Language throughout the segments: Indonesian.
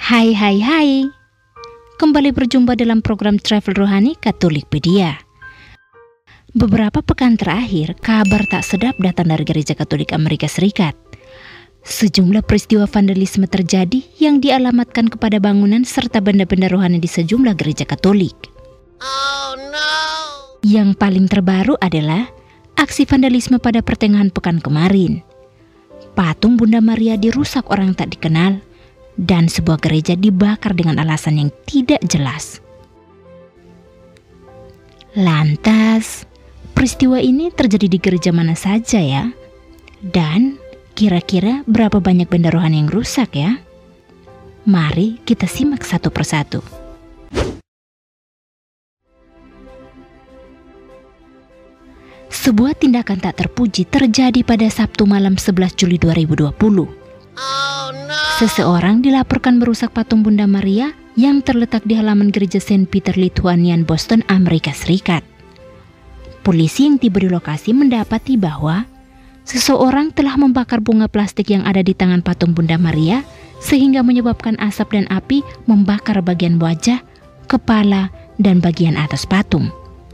Hai hai hai, kembali berjumpa dalam program Travel Rohani Katolikpedia. Beberapa pekan terakhir, kabar tak sedap datang dari Gereja Katolik Amerika Serikat. Sejumlah peristiwa vandalisme terjadi yang dialamatkan kepada bangunan serta benda-benda rohani di sejumlah gereja Katolik. Oh no! Yang paling terbaru adalah aksi vandalisme pada pertengahan pekan kemarin. Patung Bunda Maria dirusak orang tak dikenal dan sebuah gereja dibakar dengan alasan yang tidak jelas. Lantas, peristiwa ini terjadi di gereja mana saja ya? Dan kira-kira berapa banyak benda rohani yang rusak ya? Mari kita simak satu persatu. Sebuah tindakan tak terpuji terjadi pada Sabtu malam 11 Juli 2020. Oh no! Seseorang dilaporkan merusak patung Bunda Maria yang terletak di halaman gereja St. Peter Lithuanian, Boston, Amerika Serikat. Polisi yang tiba di lokasi mendapati bahwa seseorang telah membakar bunga plastik yang ada di tangan patung Bunda Maria sehingga menyebabkan asap dan api membakar bagian wajah, kepala, dan bagian atas patung.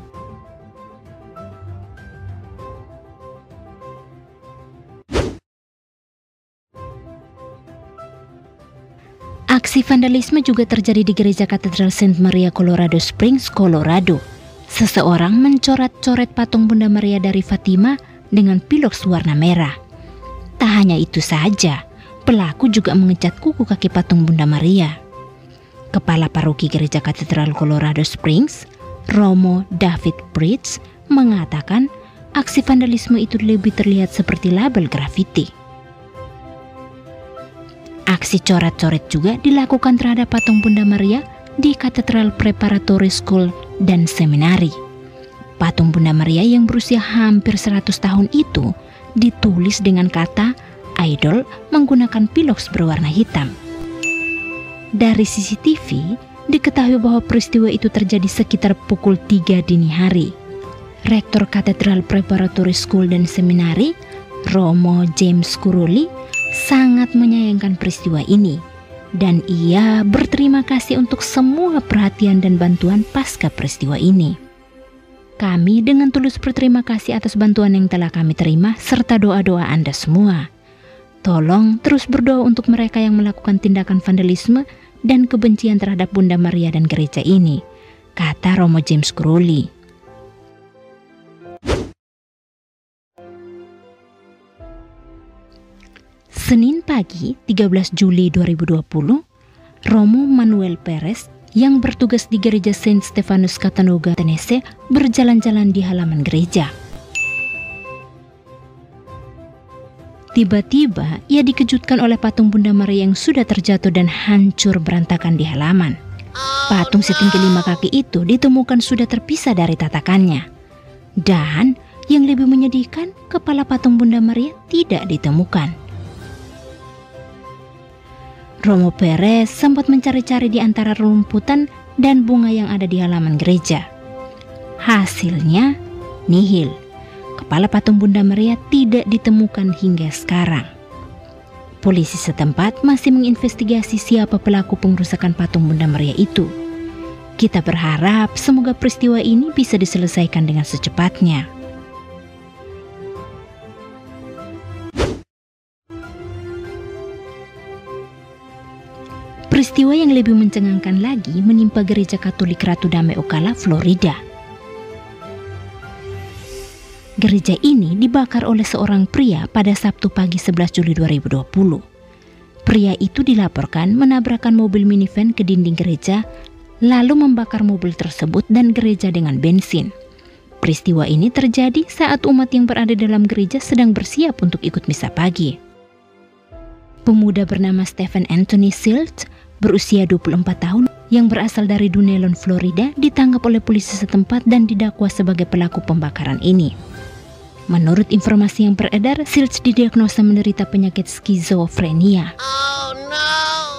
Aksi vandalisme juga terjadi di gereja Katedral St. Maria Colorado Springs, Colorado. Seseorang mencoret-coret patung Bunda Maria dari Fatima dengan piloks warna merah. Tak hanya itu saja, pelaku juga mengecat kuku kaki patung Bunda Maria. Kepala Paroki Gereja Katedral Colorado Springs, Romo David Bridge, mengatakan aksi vandalisme itu lebih terlihat seperti label grafiti. Aksi coret-coret juga dilakukan terhadap patung Bunda Maria di Katedral Preparatory School dan Seminari. Patung Bunda Maria yang berusia hampir 100 tahun itu ditulis dengan kata idol menggunakan piloks berwarna hitam. Dari CCTV, diketahui bahwa peristiwa itu terjadi sekitar pukul 3 dini hari. Rektor Katedral Preparatory School dan Seminari, Romo James Curulli, sangat menyayangkan peristiwa ini dan ia berterima kasih untuk semua perhatian dan bantuan pasca peristiwa ini. Kami dengan tulus berterima kasih atas bantuan yang telah kami terima serta doa-doa Anda semua. Tolong terus berdoa untuk mereka yang melakukan tindakan vandalisme dan kebencian terhadap Bunda Maria dan gereja ini, kata Romo James Curulli. Senin pagi 13 Juli 2020, Romo Manuel Perez yang bertugas di gereja Saint Stephanus Chattanooga, Tennessee berjalan-jalan di halaman gereja. Tiba-tiba ia dikejutkan oleh patung Bunda Maria yang sudah terjatuh dan hancur berantakan di halaman. Patung setinggi 5 kaki itu ditemukan sudah terpisah dari tatakannya. Dan yang lebih menyedihkan, kepala patung Bunda Maria tidak ditemukan. Romo Perez sempat mencari-cari di antara rumputan dan bunga yang ada di halaman gereja. Hasilnya nihil. Kepala patung Bunda Maria tidak ditemukan hingga sekarang. Polisi setempat masih menginvestigasi siapa pelaku pengrusakan patung Bunda Maria itu. Kita berharap semoga peristiwa ini bisa diselesaikan dengan secepatnya. Peristiwa yang lebih mencengangkan lagi menimpa Gereja Katolik Ratu Damai Ocala, Florida. Gereja ini dibakar oleh seorang pria pada Sabtu pagi 11 Juli 2020. Pria itu dilaporkan menabrakkan mobil minivan ke dinding gereja, lalu membakar mobil tersebut dan gereja dengan bensin. Peristiwa ini terjadi saat umat yang berada dalam gereja sedang bersiap untuk ikut misa pagi. Pemuda bernama Stephen Anthony Silt, berusia 24 tahun, yang berasal dari Dunedin, Florida, ditangkap oleh polisi setempat dan didakwa sebagai pelaku pembakaran ini. Menurut informasi yang beredar, Silt didiagnosa menderita penyakit skizofrenia. Oh no!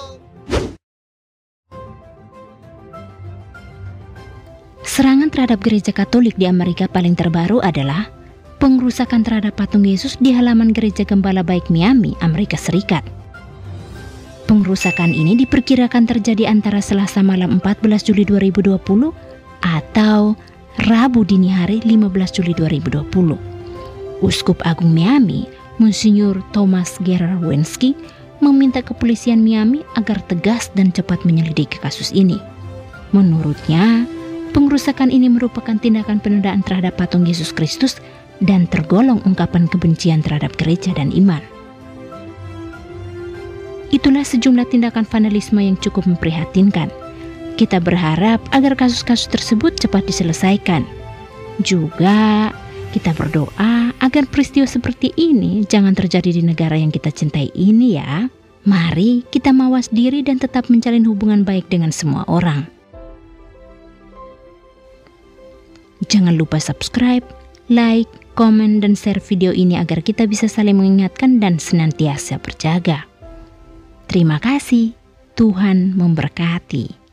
Serangan terhadap gereja Katolik di Amerika paling terbaru adalah pengrusakan terhadap patung Yesus di halaman gereja Gembala Baik Miami, Amerika Serikat. Pengrusakan ini diperkirakan terjadi antara Selasa malam 14 Juli 2020 atau Rabu dini hari 15 Juli 2020. Uskup Agung Miami, Monsinyur Thomas Gerarwenski, meminta kepolisian Miami agar tegas dan cepat menyelidiki kasus ini. Menurutnya, pengrusakan ini merupakan tindakan penodaan terhadap patung Yesus Kristus dan tergolong ungkapan kebencian terhadap gereja dan iman. Itulah sejumlah tindakan vandalisme yang cukup memprihatinkan. Kita berharap agar kasus-kasus tersebut cepat diselesaikan. Juga kita berdoa agar peristiwa seperti ini jangan terjadi di negara yang kita cintai ini ya. Mari kita mawas diri dan tetap menjalin hubungan baik dengan semua orang. Jangan lupa subscribe, like, komen, dan share video ini agar kita bisa saling mengingatkan dan senantiasa berjaga. Terima kasih, Tuhan memberkati.